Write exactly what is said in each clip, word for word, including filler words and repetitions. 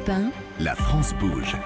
Europe un. La France bouge.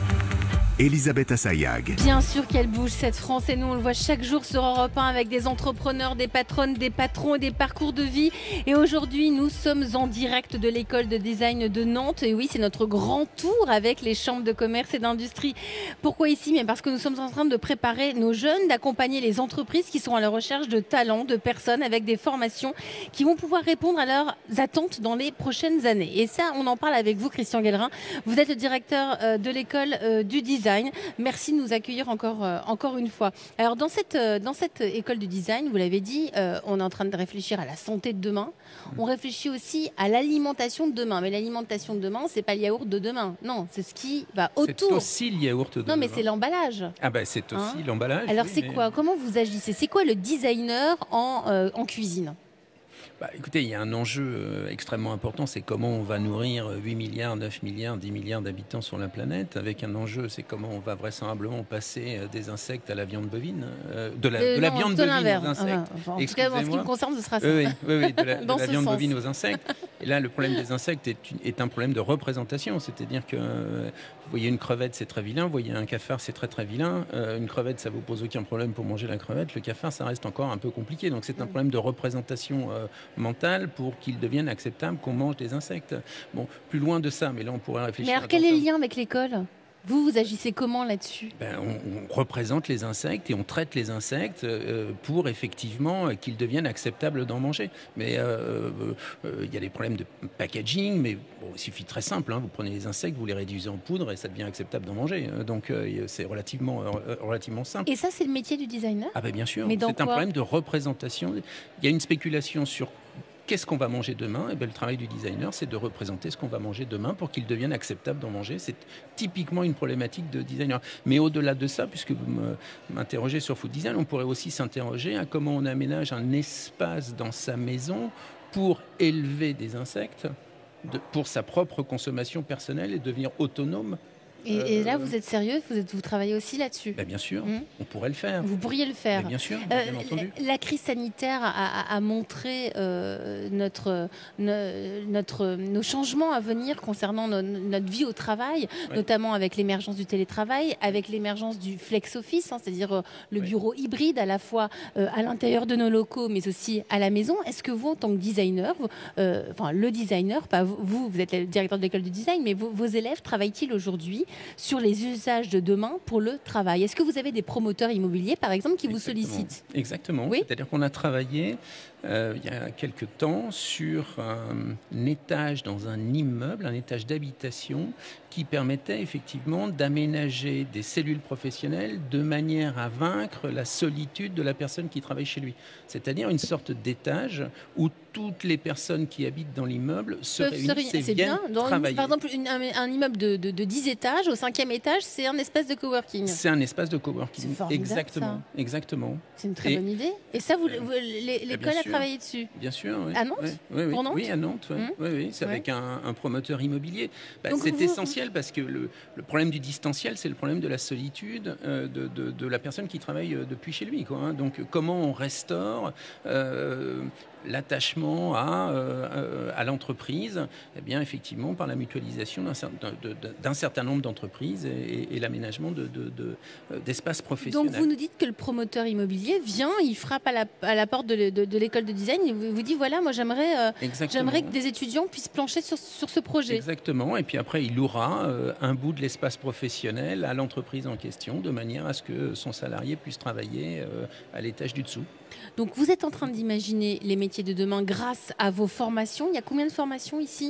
Elisabeth Assayag. Bien sûr qu'elle bouge cette France et nous on le voit chaque jour sur Europe un avec des entrepreneurs, des patronnes, des patrons et des parcours de vie. Et aujourd'hui nous sommes en direct de l'école de design de Nantes. Et oui, c'est notre grand tour avec les chambres de commerce et d'industrie. Pourquoi ici? Mais parce que nous sommes en train de préparer nos jeunes, d'accompagner les entreprises qui sont à la recherche de talents, de personnes avec des formations qui vont pouvoir répondre à leurs attentes dans les prochaines années. Et ça, on en parle avec vous, Christian Guellerin. Vous êtes le directeur de l'école du design. Merci de nous accueillir encore, euh, encore une fois. Alors dans cette, euh, dans cette école du design, vous l'avez dit, euh, on est en train de réfléchir à la santé de demain. On réfléchit aussi à l'alimentation de demain. Mais l'alimentation de demain, c'est pas le yaourt de demain. Non, c'est ce qui va autour. C'est aussi le yaourt de demain. Non, mais c'est l'emballage. Ah ben c'est aussi Hein l'emballage. Alors oui, c'est mais... quoi? Comment vous agissez? C'est quoi le designer en, euh, en cuisine? Bah, écoutez, il y a un enjeu euh, extrêmement important, c'est comment on va nourrir huit milliards, neuf milliards, dix milliards d'habitants sur la planète. Avec un enjeu, c'est comment on va vraisemblablement passer euh, des insectes à la viande bovine, euh, de la, euh, de la non, viande bovine aux insectes. Ah, enfin, en tout cas, en ce qui me concerne, ce sera ça. Oui, oui, oui, de la, de Dans la ce viande sens. bovine aux insectes. Et là, le problème des insectes est, une- est un problème de représentation, c'est-à-dire que euh, vous voyez une crevette, c'est très vilain, vous voyez un cafard, c'est très très vilain. Euh, une crevette, ça vous pose aucun problème pour manger la crevette. Le cafard, ça reste encore un peu compliqué. Donc c'est un problème de représentation euh, mentale pour qu'il devienne acceptable qu'on mange des insectes. Bon, plus loin de ça, mais là on pourrait réfléchir. Mais alors quel est le lien avec l'école? Vous, vous agissez comment là-dessus? Ben, on, on représente les insectes et on traite les insectes euh, pour effectivement euh, qu'ils deviennent acceptables d'en manger. Mais il euh, euh, y a des problèmes de packaging, mais bon, il suffit très simple. Hein, vous prenez les insectes, vous les réduisez en poudre et ça devient acceptable d'en manger. Donc euh, c'est relativement, euh, relativement simple. Et ça, c'est le métier du designer? Ah ben bien sûr, Mais dans c'est un quoi? problème de représentation. Il y a une spéculation sur qu'est-ce qu'on va manger demain. Et ben, le travail du designer, c'est de représenter ce qu'on va manger demain pour qu'il devienne acceptable d'en manger. C'est typiquement une problématique de designer. Mais au-delà de ça, puisque vous me- m'interrogez sur food design, on pourrait aussi s'interroger à comment on aménage un espace dans sa maison pour élever des insectes, de- pour sa propre consommation personnelle et devenir autonome. Et, et là, Euh, vous êtes sérieux? Vous, êtes, vous travaillez aussi là-dessus? Ben, bien sûr, Mhm. on pourrait le faire. Vous pourriez le faire. Mais bien sûr, Euh, bien entendu. la, la crise sanitaire a, a- a montré euh, notre, no- notre, nos changements à venir concernant no- notre vie au travail, Ouais. notamment avec l'émergence du télétravail, avec l'émergence du flex-office, hein, c'est-à-dire euh, le Ouais. bureau hybride à la fois euh, à l'intérieur de nos locaux, mais aussi à la maison. Est-ce que vous, en tant que designer, vous- euh, enfin le designer, pas vous, vous, vous êtes le directeur de l'école du design, mais vos, vos élèves travaillent-ils aujourd'hui sur les usages de demain pour le travail? Est-ce que vous avez des promoteurs immobiliers, par exemple, qui vous Exactement. sollicitent? Exactement. Oui. C'est-à-dire qu'on a travaillé euh, il y a quelques temps sur un, un étage dans un immeuble, un étage d'habitation qui permettait effectivement d'aménager des cellules professionnelles de manière à vaincre la solitude de la personne qui travaille chez lui. C'est-à-dire une sorte d'étage où toutes les personnes qui habitent dans l'immeuble se Peuvent se réunissent réunir. et C'est viennent bien. Dans une- travailler. par exemple, une- un, un immeuble de, de- de dix étages, au cinquième étage, c'est un espace de coworking. C'est un espace de coworking. C'est formidable, Exactement. Exactement. C'est une très Et- bonne idée. Et ça, vous, Euh, vous- l'é- bien l'école a sûr. travaillé dessus. Bien sûr, oui. À Nantes? Oui, oui, oui. Pour Nantes? Oui, à Nantes, oui. Mmh. Oui, oui, c'est Ouais. avec un, un promoteur immobilier. Bah, Donc c'est vous- essentiel parce que le, le problème du distanciel, c'est le problème de la solitude euh, de, de- de la personne qui travaille euh, depuis chez lui, quoi, hein. Donc comment on restaure euh, l'attachement à, euh, euh, à l'entreprise? Eh bien, effectivement, par la mutualisation d'un cer- de- de- d'un certain nombre d'entreprises et, et l'aménagement de, de- de- euh, d'espaces professionnels. Donc vous nous dites que le promoteur immobilier vient, il frappe à la, à la porte de, l'é- de- de l'école de design et vous, vous dit voilà, moi j'aimerais euh, Exactement. j'aimerais que des étudiants puissent plancher sur, sur ce projet. Exactement. Et puis après, il louera euh, un bout de l'espace professionnel à l'entreprise en question, de manière à ce que son salarié puisse travailler euh, à l'étage du dessous. Donc vous êtes en train d'imaginer les métiers de demain grâce à vos formations. Il y a combien de formations ici?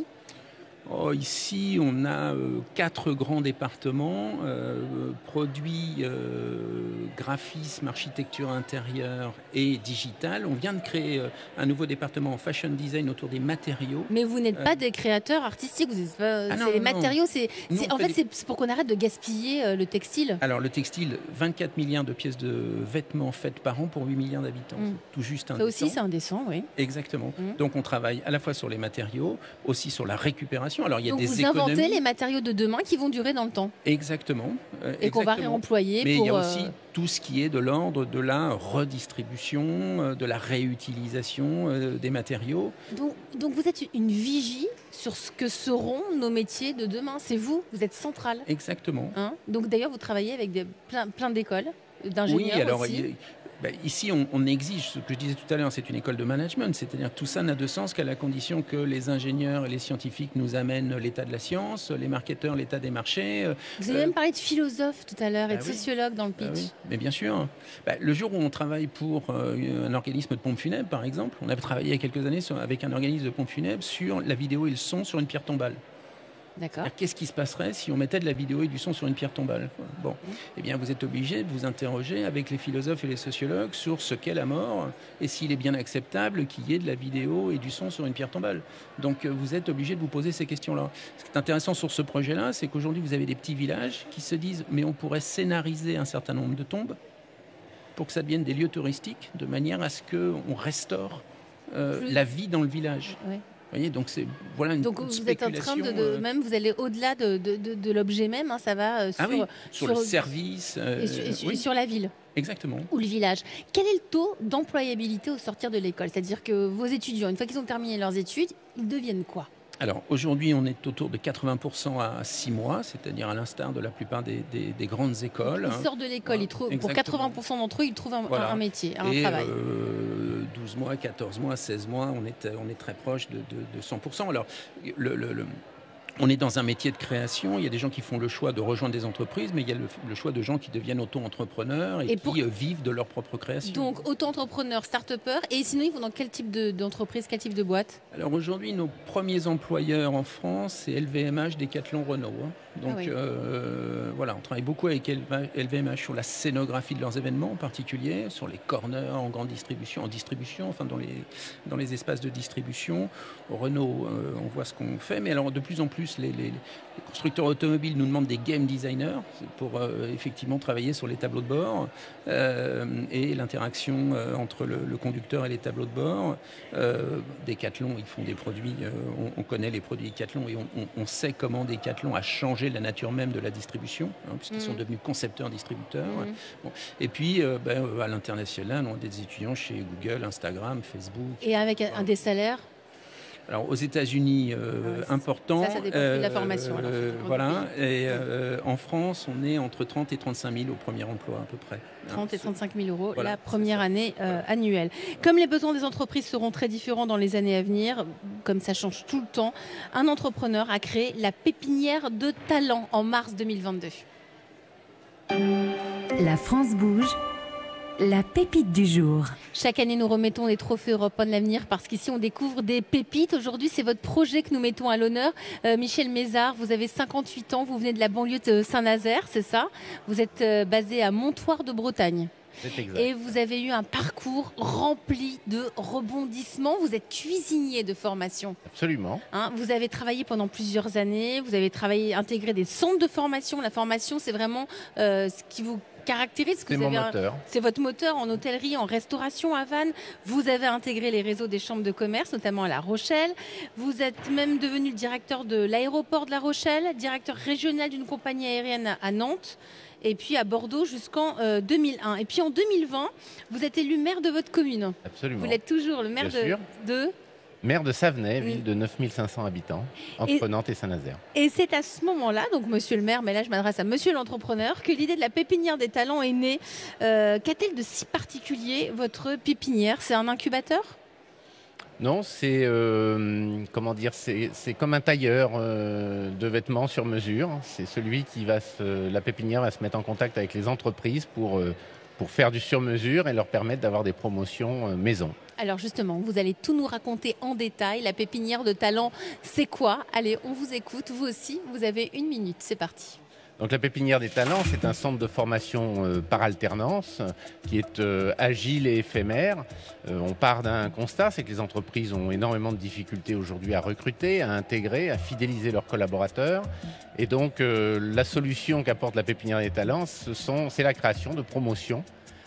Oh, ici, on a euh, quatre grands départements, euh, produits, euh, graphisme, architecture intérieure et digital. On vient de créer euh, un nouveau département en fashion design autour des matériaux. Mais vous n'êtes Euh, pas des créateurs artistiques, vous êtes pas- Ah c'est non, les non. matériaux. C'est, Nous, c'est- on en fait fait, des- c'est, c'est pour qu'on arrête de gaspiller euh, le textile. Alors le textile, vingt-quatre milliards de pièces de vêtements faites par an pour huit milliards d'habitants. Mm. C'est tout juste un Ça aussi, c'est indécent, oui. Exactement. Mm. Donc on travaille à la fois sur les matériaux, aussi sur la récupération. formation. Alors, il y a Donc des vous économies. inventez les matériaux de demain qui vont durer dans le temps. Exactement. euh, Et qu'on va exactement. réemployer Mais pour... il y a euh, aussi tout ce qui est de l'ordre de la redistribution, euh, de la réutilisation euh, des matériaux. Donc, donc vous êtes une vigie sur ce que seront nos métiers de demain. C'est vous, vous êtes central. Exactement. Hein, donc d'ailleurs, vous travaillez avec des, plein, plein d'écoles, d'ingénieurs Oui, alors aussi. il- ben, ici on, on exige ce que je disais tout à l'heure, c'est une école de management, c'est-à-dire que tout ça n'a de sens qu'à la condition que les ingénieurs et les scientifiques nous amènent l'état de la science, les marketeurs l'état des marchés. Vous avez euh, même parlé de philosophe tout à l'heure et bah de oui. sociologue dans le Bah pitch. oui, mais bien sûr. Bah, le jour où on travaille pour euh, un organisme de pompe funèbre, par exemple, on avait travaillé il y a quelques années sur- avec un organisme de pompe funèbre sur la vidéo et le son sur une pierre tombale. D'accord. C'est-à-dire, qu'est-ce qui se passerait si on mettait de la vidéo et du son sur une pierre tombale? Bon, eh bien, vous êtes obligé de vous interroger avec les philosophes et les sociologues sur ce qu'est la mort et s'il est bien acceptable qu'il y ait de la vidéo et du son sur une pierre tombale. Donc, euh, vous êtes obligé de vous poser ces questions-là. Ce qui est intéressant sur ce projet-là, c'est qu'aujourd'hui, vous avez des petits villages qui se disent « mais on pourrait scénariser un certain nombre de tombes pour que ça devienne des lieux touristiques, de manière à ce qu'on restaure euh, Plus- la vie dans le village. Ouais. » Vous voyez, donc c'est voilà une, Donc une vous êtes en train de, de- spéculation, euh, même vous allez au-delà de, de- de- de l'objet même, hein, ça va euh, sur, Ah oui, sur, le sur- service. euh, et sur, et sur- oui, et sur la ville exactement. ou le village. Quel est le taux d'employabilité au sortir de l'école? C'est-à-dire que vos étudiants, une fois qu'ils ont terminé leurs études, ils deviennent quoi? Alors aujourd'hui, on est autour de quatre-vingts pour cent à six mois, c'est-à-dire à l'instar de la plupart des, des- des grandes écoles. Ils hein. sortent de l'école, Voilà, ils trouvent, pour exactement. quatre-vingts pour cent d'entre eux, ils trouvent un, Voilà. un métier, un Et travail. euh, douze mois, quatorze mois, seize mois, on est, on est très proche de, de- de cent pour cent. Alors, le- le- le- on est dans un métier de création. Il y a des gens qui font le choix de rejoindre des entreprises, mais il y a le, le choix de gens qui deviennent auto-entrepreneurs et, Et qui pour- euh, vivent de leur propre création. Donc auto-entrepreneur, start-upper, et sinon ils vont dans quel type de- d'entreprise, quel type de boîte? Alors aujourd'hui, nos premiers employeurs en France, c'est L V M H, Decathlon, Renault. hein. Donc Ah oui. euh, voilà, on travaille beaucoup avec L V M H sur la scénographie de leurs événements en particulier, sur les corners en grande distribution, en distribution, enfin dans les, dans les espaces de distribution. Au Renault, euh, on voit ce qu'on fait, mais alors de plus en plus, les, les- les constructeurs automobiles nous demandent des game designers pour euh, effectivement travailler sur les tableaux de bord euh, et l'interaction euh, entre le, le conducteur et les tableaux de bord. Euh, Decathlon, ils font des produits, euh, on, on connaît les produits Decathlon et on, on- on sait comment Decathlon a changé la nature même de la distribution, hein, puisqu'ils Mhm. sont devenus concepteurs-distributeurs. Mhm. Bon. Et puis, euh, ben, euh, à l'international, on a des étudiants chez Google, Instagram, Facebook. Et avec un, un des salaires? Alors aux États-Unis, euh, Ouais, c'est- important. ça, ça dépend plus de la formation, alors, ça euh, dépend du voilà. pays. Et euh, en France, on est entre trente et trente-cinq mille au premier emploi à peu près. trente et Hein, trente-cinq mille euros Voilà, la c'est première ça. année euh, annuelle. Comme les besoins des entreprises seront très différents dans les années à venir, comme ça change tout le temps, un entrepreneur a créé la pépinière de talent en mars deux mille vingt-deux. La France bouge, la pépite du jour. Chaque année, nous remettons des trophées européens de l'avenir parce qu'ici, on découvre des pépites. Aujourd'hui, c'est votre projet que nous mettons à l'honneur. Euh, Michel Mézard, vous avez cinquante-huit ans, vous venez de la banlieue de Saint-Nazaire, c'est ça? Vous êtes euh, basé à Montoire de Bretagne. C'est exact. Et vous avez eu un parcours rempli de rebondissements. Vous êtes cuisinier de formation. Absolument. Hein, vous avez travaillé pendant plusieurs années. Vous avez travaillé, intégré des centres de formation. La formation, c'est vraiment euh, ce qui vous caractérise. que C'est vous mon avez un- moteur. C'est votre moteur en hôtellerie, en restauration à Vannes. Vous avez intégré les réseaux des chambres de commerce, notamment à La Rochelle. Vous êtes même devenu le directeur de l'aéroport de La Rochelle, directeur régional d'une compagnie aérienne à- à Nantes. Et puis à Bordeaux jusqu'en euh, deux mille un. Et puis en deux mille vingt, vous êtes élu maire de votre commune. Absolument. Vous l'êtes toujours, le maire Bien de, sûr. de... Maire de Savenay, Mm. ville de neuf mille cinq cents habitants, entre Et- Nantes et Saint-Nazaire. Et c'est à ce moment-là, donc monsieur le maire, mais là je m'adresse à monsieur l'entrepreneur, que l'idée de la pépinière des talents est née. Euh, Qu'a-t-elle de si particulier, votre pépinière? C'est un incubateur? Non, c'est euh, comment dire, c'est c'est comme un tailleur euh, de vêtements sur mesure. C'est celui qui va se, la pépinière va se mettre en contact avec les entreprises pour euh, pour faire du sur-mesure et leur permettre d'avoir des promotions euh, maison. Alors justement, vous allez tout nous raconter en détail. La pépinière de talent, c'est quoi? Allez, on vous écoute. Vous aussi, vous avez une minute. C'est parti. Donc la pépinière des talents, c'est un centre de formation euh, par alternance euh, qui est euh, agile et éphémère. Euh, on part d'un constat, c'est que les entreprises ont énormément de difficultés aujourd'hui à recruter, à intégrer, à fidéliser leurs collaborateurs. Et donc euh, la solution qu'apporte la pépinière des talents, ce sont, c'est la création de promotions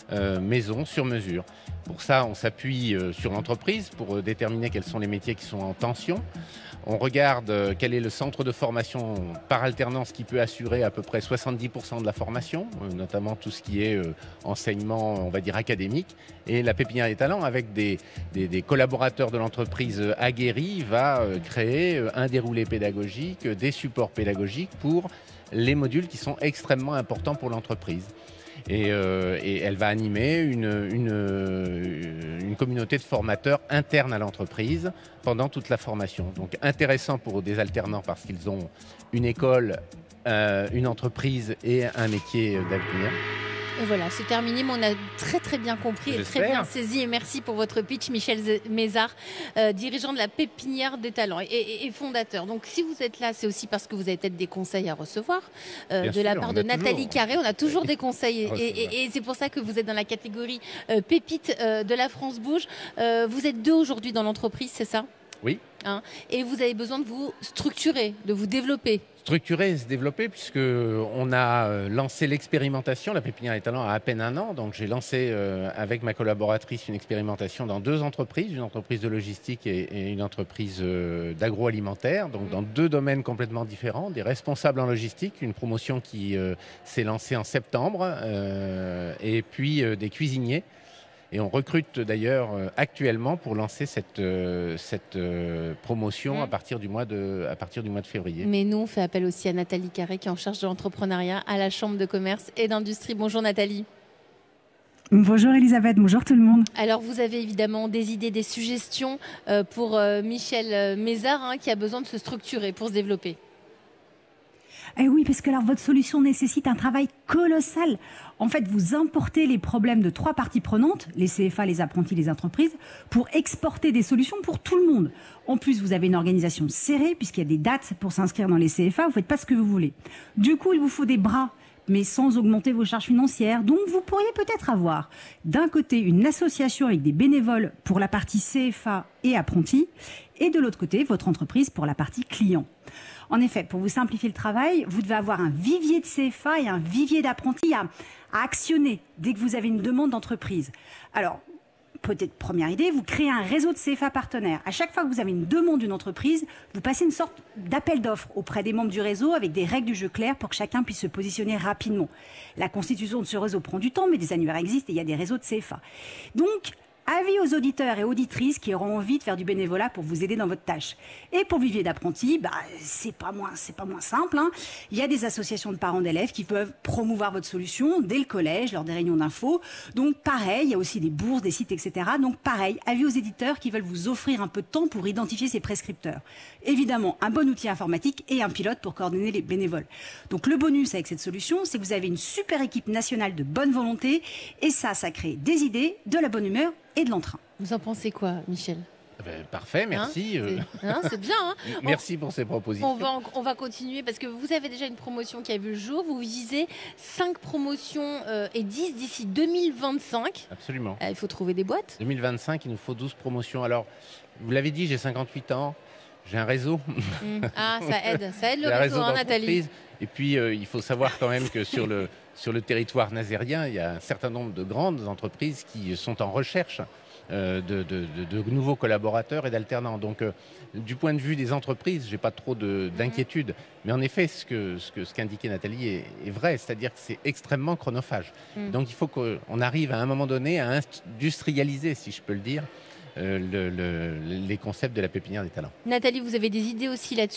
euh, maison sur mesure. Pour ça, on s'appuie euh, sur l'entreprise pour euh, déterminer quels sont les métiers qui sont en tension. On regarde euh, quel est le centre de formation par alternance qui peut assurer à peu près soixante-dix pour cent de la formation, euh, notamment tout ce qui est euh, enseignement, on va dire, académique. Et la Pépinière des Talents, avec des, des, des collaborateurs de l'entreprise euh, aguerris, va euh, créer euh, un déroulé pédagogique, euh, des supports pédagogiques pour les modules qui sont extrêmement importants pour l'entreprise. Et, euh, et elle va animer une, une, une communauté de formateurs internes à l'entreprise pendant toute la formation. Donc intéressant pour des alternants parce qu'ils ont une école, euh, une entreprise et un métier d'avenir. Et voilà, c'est terminé, mais on a très très bien compris et très bien saisi. Et merci pour votre pitch, Michel Mézard, euh, dirigeant de la Pépinière des Talents et, et, et fondateur. Donc si vous êtes là, c'est aussi parce que vous avez peut-être des conseils à recevoir euh, de sûr, la part de Nathalie toujours. Carré. On a toujours des conseils et, et, et c'est pour ça que vous êtes dans la catégorie euh, pépite euh, de la France Bouge. Euh, vous êtes deux aujourd'hui dans l'entreprise, c'est ça ? Oui. Hein, et vous avez besoin de vous structurer, de vous développer. Structurer et se développer, puisqu'on a lancé l'expérimentation. La Pépinière des Talents a à peine un an, donc j'ai lancé euh, avec ma collaboratrice une expérimentation dans deux entreprises, une entreprise de logistique et, et une entreprise euh, d'agroalimentaire, donc mmh. dans deux domaines complètement différents, des responsables en logistique, une promotion qui euh, s'est lancée en septembre, euh, et puis euh, des cuisiniers. Et on recrute d'ailleurs euh, actuellement pour lancer cette, euh, cette euh, promotion mmh. à, partir du mois de, à partir du mois de février. Mais nous, on fait appel aussi à Nathalie Carré qui est en charge de l'entrepreneuriat à la Chambre de commerce et d'industrie. Bonjour Nathalie. Bonjour Elisabeth, bonjour tout le monde. Alors vous avez évidemment des idées, des suggestions euh, pour euh, Michel Mézard hein, qui a besoin de se structurer pour se développer. Eh oui, parce que alors, votre solution nécessite un travail colossal. En fait, vous importez les problèmes de trois parties prenantes, les C F A, les apprentis, les entreprises, pour exporter des solutions pour tout le monde. En plus, vous avez une organisation serrée, puisqu'il y a des dates pour s'inscrire dans les C F A, vous ne faites pas ce que vous voulez. Du coup, il vous faut des bras, mais sans augmenter vos charges financières. Donc, vous pourriez peut-être avoir, d'un côté, une association avec des bénévoles pour la partie C F A et apprentis, et de l'autre côté, votre entreprise pour la partie client. En effet, pour vous simplifier le travail, vous devez avoir un vivier de C F A et un vivier d'apprentis à, à actionner dès que vous avez une demande d'entreprise. Alors, peut-être première idée, vous créez un réseau de C F A partenaires. À chaque fois que vous avez une demande d'une entreprise, vous passez une sorte d'appel d'offres auprès des membres du réseau avec des règles du jeu claires pour que chacun puisse se positionner rapidement. La constitution de ce réseau prend du temps, mais des annuaires existent et il y a des réseaux de C F A. Donc, avis aux auditeurs et auditrices qui auront envie de faire du bénévolat pour vous aider dans votre tâche. Et pour le vivier d'apprentis, bah, c'est pas moins, c'est pas moins simple, hein. Il y a des associations de parents d'élèves qui peuvent promouvoir votre solution dès le collège, lors des réunions d'infos. Donc pareil, il y a aussi des bourses, des sites, et cetera. Donc pareil, avis aux éditeurs qui veulent vous offrir un peu de temps pour identifier ces prescripteurs. Évidemment, un bon outil informatique et un pilote pour coordonner les bénévoles. Donc le bonus avec cette solution, c'est que vous avez une super équipe nationale de bonne volonté. Et ça, ça crée des idées, de la bonne humeur et de l'entrain. Vous en pensez quoi, Michel ? Ben, parfait, merci. Hein, c'est, hein, c'est bien. Hein merci on, pour ces propositions. On va, on va continuer parce que vous avez déjà une promotion qui a vu le jour. Vous visez cinq promotions euh, et dix d'ici deux mille vingt-cinq. Absolument. Euh, il faut trouver des boîtes. deux mille vingt-cinq, il nous faut douze promotions. Alors, vous l'avez dit, j'ai cinquante-huit ans. J'ai un réseau. Mmh. Ah, ça aide. Ça aide le réseau, réseau hein, Nathalie. Et puis, euh, il faut savoir quand même que sur le, sur le territoire nazérien, il y a un certain nombre de grandes entreprises qui sont en recherche euh, de, de, de, de nouveaux collaborateurs et d'alternants. Donc, euh, du point de vue des entreprises, je n'ai pas trop de, d'inquiétude. Mais en effet, ce, que, ce, que, ce qu'indiquait Nathalie est, est vrai, c'est-à-dire que c'est extrêmement chronophage. Mmh. Donc, il faut qu'on arrive à un moment donné à industrialiser, si je peux le dire, Euh, le, le, les concepts de la Pépinière des Talents. Nathalie, vous avez des idées aussi là-dessus ?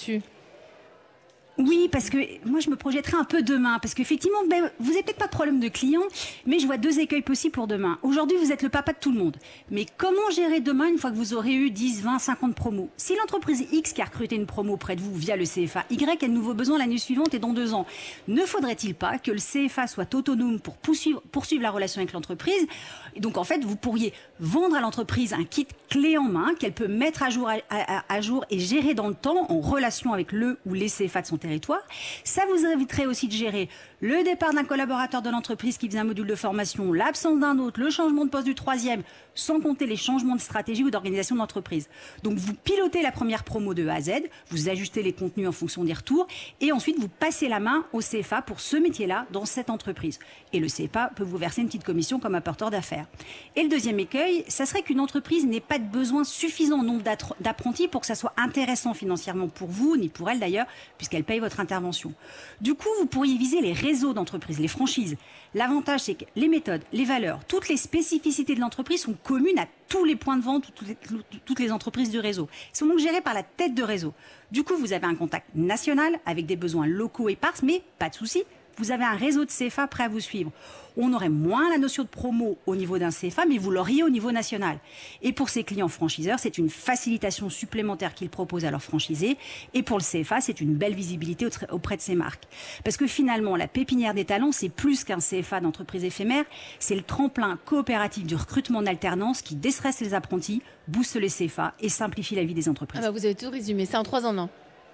Oui, parce que moi, je me projetterai un peu demain. Parce qu'effectivement, ben, vous n'avez peut-être pas de problème de clients, mais je vois deux écueils possibles pour demain. Aujourd'hui, vous êtes le papa de tout le monde. Mais comment gérer demain une fois que vous aurez eu dix, vingt, cinquante promos ? Si l'entreprise X qui a recruté une promo auprès de vous via le C F A Y a de nouveaux besoins l'année suivante et dans deux ans, ne faudrait-il pas que le C F A soit autonome pour poursuivre, poursuivre la relation avec l'entreprise ? Et donc, en fait, vous pourriez vendre à l'entreprise un kit clé en main qu'elle peut mettre à jour, à, à, à jour et gérer dans le temps en relation avec le ou les C F A de son territoire. Ça vous éviterait aussi de gérer le départ d'un collaborateur de l'entreprise qui faisait un module de formation, l'absence d'un autre, le changement de poste du troisième, sans compter les changements de stratégie ou d'organisation de l'entreprise. Donc vous pilotez la première promo de A à Z, vous ajustez les contenus en fonction des retours et ensuite vous passez la main au C F A pour ce métier-là dans cette entreprise. Et le C F A peut vous verser une petite commission comme apporteur d'affaires. Et le deuxième écueil, ça serait qu'une entreprise n'ait pas de besoin suffisant en nombre d'apprentis pour que ça soit intéressant financièrement pour vous, ni pour elle d'ailleurs, puisqu'elle paye votre intervention. Du coup, vous pourriez viser les réseaux d'entreprises, les franchises. L'avantage, c'est que les méthodes, les valeurs, toutes les spécificités de l'entreprise sont communes à tous les points de vente, toutes les, toutes les entreprises du réseau. Elles sont donc gérées par la tête de réseau. Du coup, vous avez un contact national avec des besoins locaux épars, mais pas de souci. Vous avez un réseau de C F A prêt à vous suivre. On aurait moins la notion de promo au niveau d'un C F A, mais vous l'auriez au niveau national. Et pour ses clients franchiseurs, c'est une facilitation supplémentaire qu'ils proposent à leurs franchisés. Et pour le C F A, c'est une belle visibilité auprès de ses marques. Parce que finalement, la pépinière des talents, c'est plus qu'un C F A d'entreprise éphémère. C'est le tremplin coopératif du recrutement en alternance qui déstresse les apprentis, booste les C F A et simplifie la vie des entreprises. Ah bah vous avez tout résumé, c'est en trois ans, non ?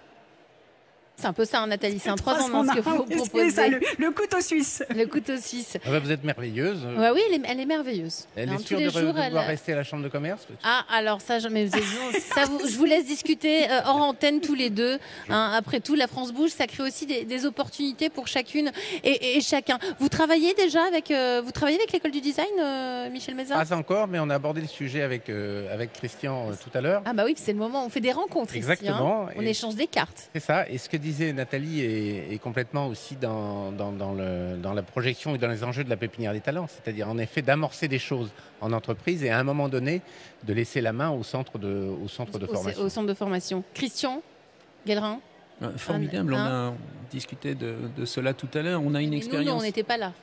C'est un peu ça, hein, Nathalie, c'est un trois ans, ce que vous proposez. Ça, le, le couteau suisse. Le couteau suisse. Ah bah vous êtes merveilleuse. Ouais, oui, elle est, elle est merveilleuse. Elle hein, est sûre tous les de, jours, de elle... devoir rester à la chambre de commerce. Ah, alors ça, je, mais, ça vous, je vous laisse discuter euh, hors antenne tous les deux. Hein. Après tout, la France bouge, ça crée aussi des, des opportunités pour chacune et, et, et chacun. Vous travaillez déjà avec, euh, vous travaillez avec l'école du design, euh, Michel Mézard ? Pas encore, mais on a abordé le sujet avec, euh, avec Christian euh, tout à l'heure. Ah bah oui, c'est le moment, on fait des rencontres. Exactement. Ici, hein. On et échange des cartes. C'est ça. Et ce que disait Nathalie est, est complètement aussi dans, dans, dans, le, dans la projection et dans les enjeux de la pépinière des talents. C'est-à-dire en effet d'amorcer des choses en entreprise et à un moment donné de laisser la main au centre de, au centre de au, formation. Au centre de formation. Christian Guellerin. Formidable, un, on a discuté de, de cela tout à l'heure. On a une Mais expérience. Nous, non, on n'était pas là.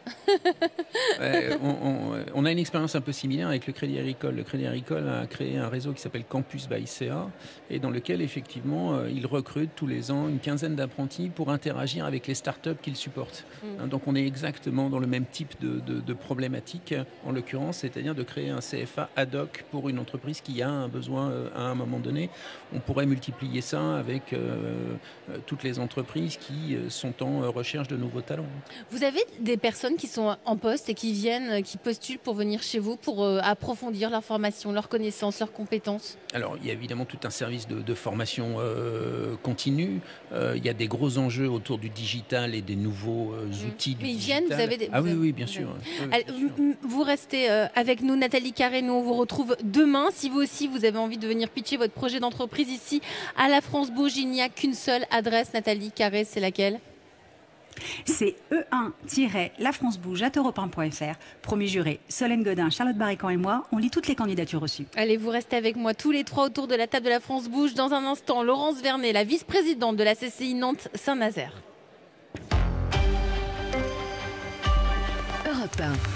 ouais, on, on, on a une expérience un peu similaire avec le Crédit Agricole. Le Crédit Agricole a créé un réseau qui s'appelle Campus by C A et dans lequel effectivement euh, il recrute tous les ans une quinzaine d'apprentis pour interagir avec les startups qu'il supporte. Mmh. Hein, donc on est exactement dans le même type de, de, de problématique en l'occurrence, c'est-à-dire de créer un C F A ad hoc pour une entreprise qui a un besoin euh, à un moment donné. On pourrait multiplier ça avec euh, toutes les entreprises qui sont en recherche de nouveaux talents. Vous avez des personnes qui sont en poste et qui viennent, qui postulent pour venir chez vous pour euh, approfondir leur formation, leurs connaissances, leurs compétences ? Alors, il y a évidemment tout un service de, de formation euh, continue. Euh, il y a des gros enjeux autour du digital et des nouveaux euh, outils mmh. du Mais ils digital. viennent, vous avez des... Ah vous oui, avez... oui, bien sûr. Oui, Allez, bien sûr. Vous restez euh, avec nous, Nathalie Carré. Nous, on vous retrouve demain. Si vous aussi, vous avez envie de venir pitcher votre projet d'entreprise ici à la France Bouge, il n'y a qu'une seule adresse, Nathalie Carré, c'est laquelle ? C'est e un la france bouge arobase europe un point f r. Promis juré, Solène Godin, Charlotte Barrican et moi, on lit toutes les candidatures reçues. Allez, vous restez avec moi tous les trois autour de la table de la France Bouge. Dans un instant, Laurence Vernet, la vice-présidente de la C C I Nantes-Saint-Nazaire. Europe un.